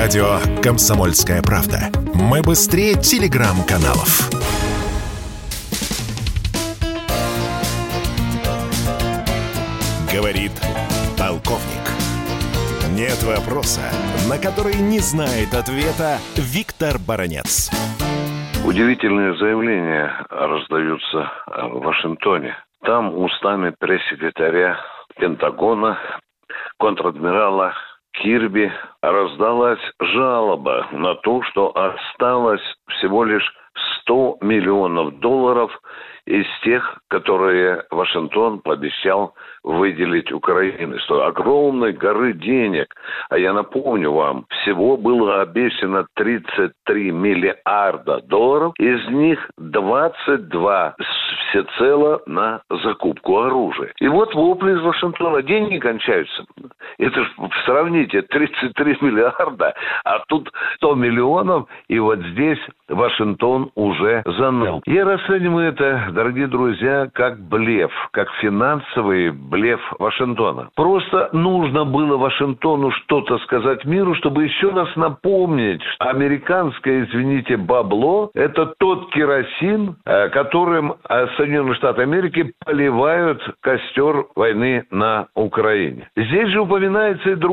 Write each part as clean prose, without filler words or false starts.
Радио «Комсомольская правда». Мы быстрее телеграм-каналов. Говорит полковник. Нет вопроса, на который не знает ответа Виктор Баранец. Удивительные заявления раздаются в Вашингтоне. Там устами пресс-секретаря Пентагона, контр-адмирала Кирби, раздалась жалоба на то, что осталось всего лишь $100 миллионов из тех, которые Вашингтон пообещал выделить Украине. Что огромной горы денег. А я напомню вам, всего было обещано $33 миллиарда. Из них 22 всецело на закупку оружия. И вот вопли из Вашингтона. Деньги кончаются. Это ж, сравните, 33 миллиарда, а тут 100 миллионов, и вот здесь Вашингтон уже заныл. Я расцениваю это, дорогие друзья, как блеф, как финансовый блеф Вашингтона. Просто нужно было Вашингтону что-то сказать миру, чтобы еще раз напомнить, что американское, извините, бабло – это тот керосин, которым Соединенные Штаты Америки поливают костер войны на Украине. Здесь же упоминается и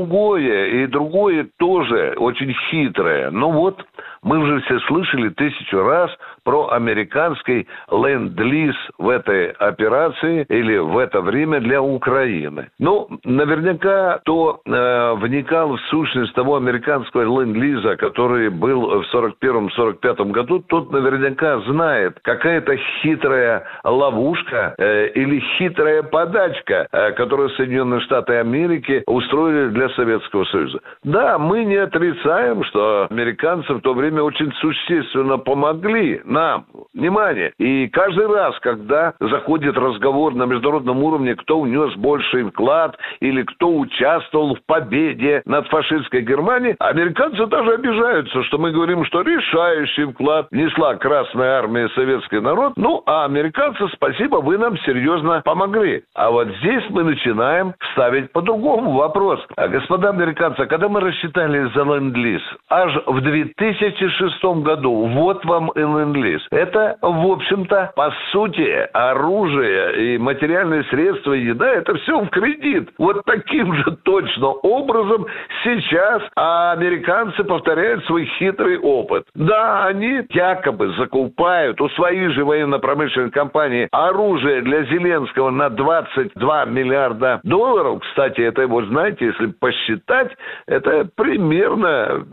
другое тоже очень хитрое. Но вот мы уже все слышали 1000 раз про американский ленд-лиз в этой операции или в это время для Украины. Ну, наверняка кто вникал в сущность того американского ленд-лиза, который был в 41-45 году, тот наверняка знает, какая-то хитрая ловушка или хитрая подачка, которую Соединенные Штаты Америки устроили для Советского Союза. Да, мы не отрицаем, что американцы в то время очень существенно помогли нам. Внимание! И каждый раз, когда заходит разговор на международном уровне, кто внес больший вклад или кто участвовал в победе над фашистской Германией, американцы даже обижаются, что мы говорим, что решающий вклад внесла Красная Армия и советский народ. Ну, а американцы, спасибо, вы нам серьезно помогли. А вот здесь мы начинаем ставить по-другому вопрос. Господа американцы, когда мы рассчитали за ленд-лиз, аж в 2006 году, вот вам и ленд-лиз. Это, в общем-то, по сути, оружие и материальные средства, и еда, это все в кредит. Вот таким же точно образом сейчас американцы повторяют свой хитрый опыт. Да, они якобы закупают у своих же военно-промышленной компании оружие для Зеленского на $22 миллиарда. Кстати, это, вот знаете, если посчитать, это примерно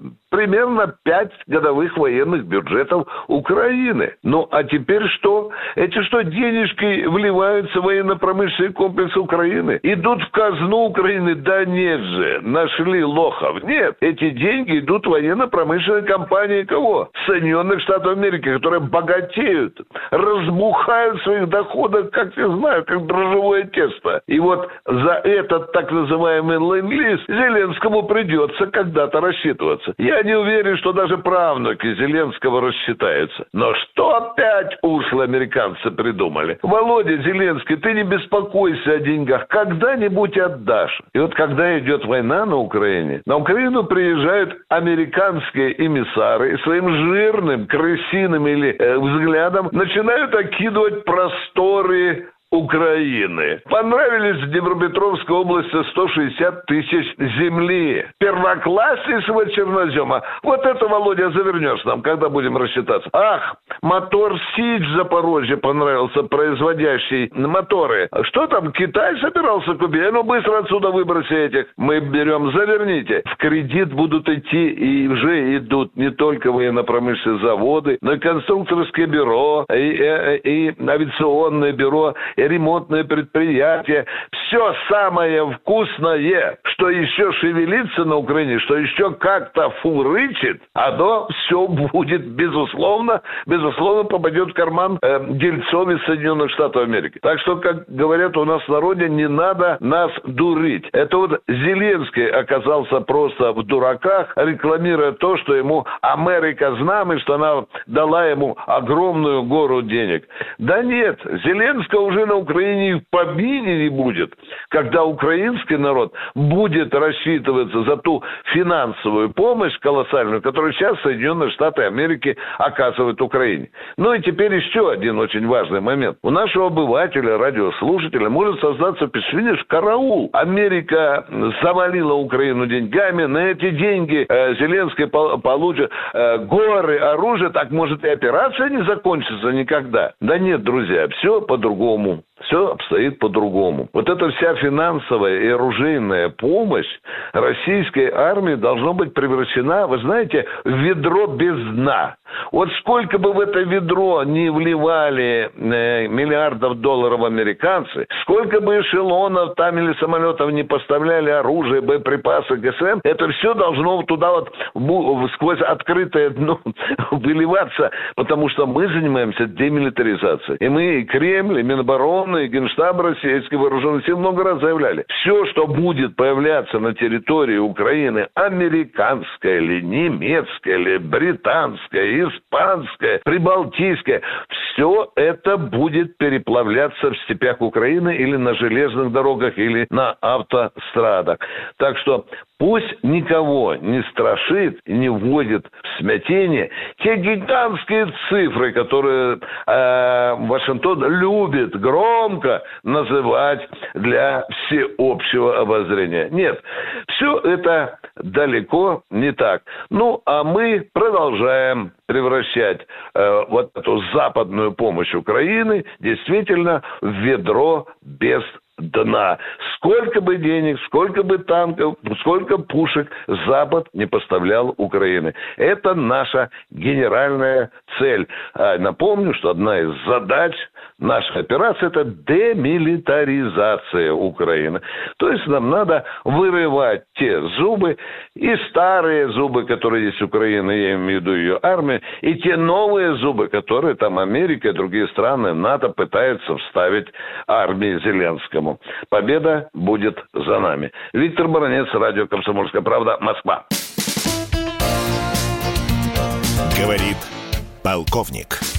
5 годовых военных бюджетов Украины. Ну, а теперь что? Эти что, денежки вливаются в военно-промышленный комплекс Украины? Идут в казну Украины? Да нет же, нашли лохов. Нет, эти деньги идут в военно-промышленной компании кого? Соединенных Штатов Америки, которые богатеют, разбухают в своих доходах, как я знаю, как дрожжевое тесто. И вот за этот так называемый ленд-лиз Зеленскому придется когда-то рассчитываться. Я не уверен, что даже правнуки Зеленского рассчитаются. Но что опять ушлые американцы придумали? Володя Зеленский, ты не беспокойся о деньгах, когда-нибудь отдашь. И вот когда идет война на Украину приезжают американские эмиссары и своим жирным, крысиным взглядом начинают окидывать просторы Украины. Понравились в Днепропетровской области 160 тысяч земли. Первокласснейшего чернозема. Вот это, Володя, завернешь нам, когда будем рассчитаться. Ах, мотор Сич в Запорожье понравился, производящий моторы. Что там, Китай собирался купить? Ну, быстро отсюда выброси этих. Мы берем, заверните. В кредит будут идти и уже идут не только военно-промышленные заводы, но и конструкторское бюро, и авиационное бюро, и ремонтные предприятия. Все самое вкусное, что еще шевелится на Украине, что еще как-то фурычит, оно все будет, безусловно, попадет в карман дельцов из Соединенных Штатов Америки. Так что, как говорят у нас в народе, не надо нас дурить. Это вот Зеленский оказался просто в дураках, рекламируя то, что ему Америка с нами, что она дала ему огромную гору денег. Да нет, Зеленского уже на Украине и в помине не будет, когда украинский народ будет рассчитываться за ту финансовую помощь колоссальную, которую сейчас Соединенные Штаты Америки оказывают Украине. Ну и теперь еще один очень важный момент. У нашего обывателя, радиослушателя может создаться впечатление, что караул. Америка завалила Украину деньгами, на эти деньги Зеленский получит горы оружия, так может и операция не закончится никогда. Да нет, друзья, все по-другому. Все обстоит по-другому. Вот эта вся финансовая и оружейная помощь российской армии должна быть превращена, вы знаете, в ведро без дна. Вот сколько бы в это ведро не вливали миллиардов долларов американцы, сколько бы эшелонов там или самолетов не поставляли оружие, боеприпасы, ГСМ, это все должно туда вот сквозь открытое дно выливаться, потому что мы занимаемся демилитаризацией. И мы, и Кремль, и Минобороны, и Генштаб российских вооруженных сил много раз заявляли. Все, что будет появляться на территории Украины, американское или немецкое, или британское, испанское, прибалтийское, все это будет переплавляться в степях Украины или на железных дорогах, или на автострадах. Так что пусть никого не страшит и не вводит в смятение те гигантские цифры, которые Вашингтон любит громко называть для всеобщего обозрения. Нет, все это далеко не так. Ну, а мы продолжаем превращать вот эту западную помощь Украины действительно в ведро без дна. Сколько бы денег, сколько бы танков, сколько пушек Запад не поставлял Украины. Это наша генеральная цель. Напомню, что одна из задач нашей операции – это демилитаризация Украины. То есть нам надо вырывать те зубы, и старые зубы, которые есть у Украины, я имею в виду ее армию, и те новые зубы, которые там Америка и другие страны НАТО пытаются вставить армии Зеленскому. Победа будет за нами. Виктор Баранец, радио «Комсомольская правда», Москва. Говорит полковник.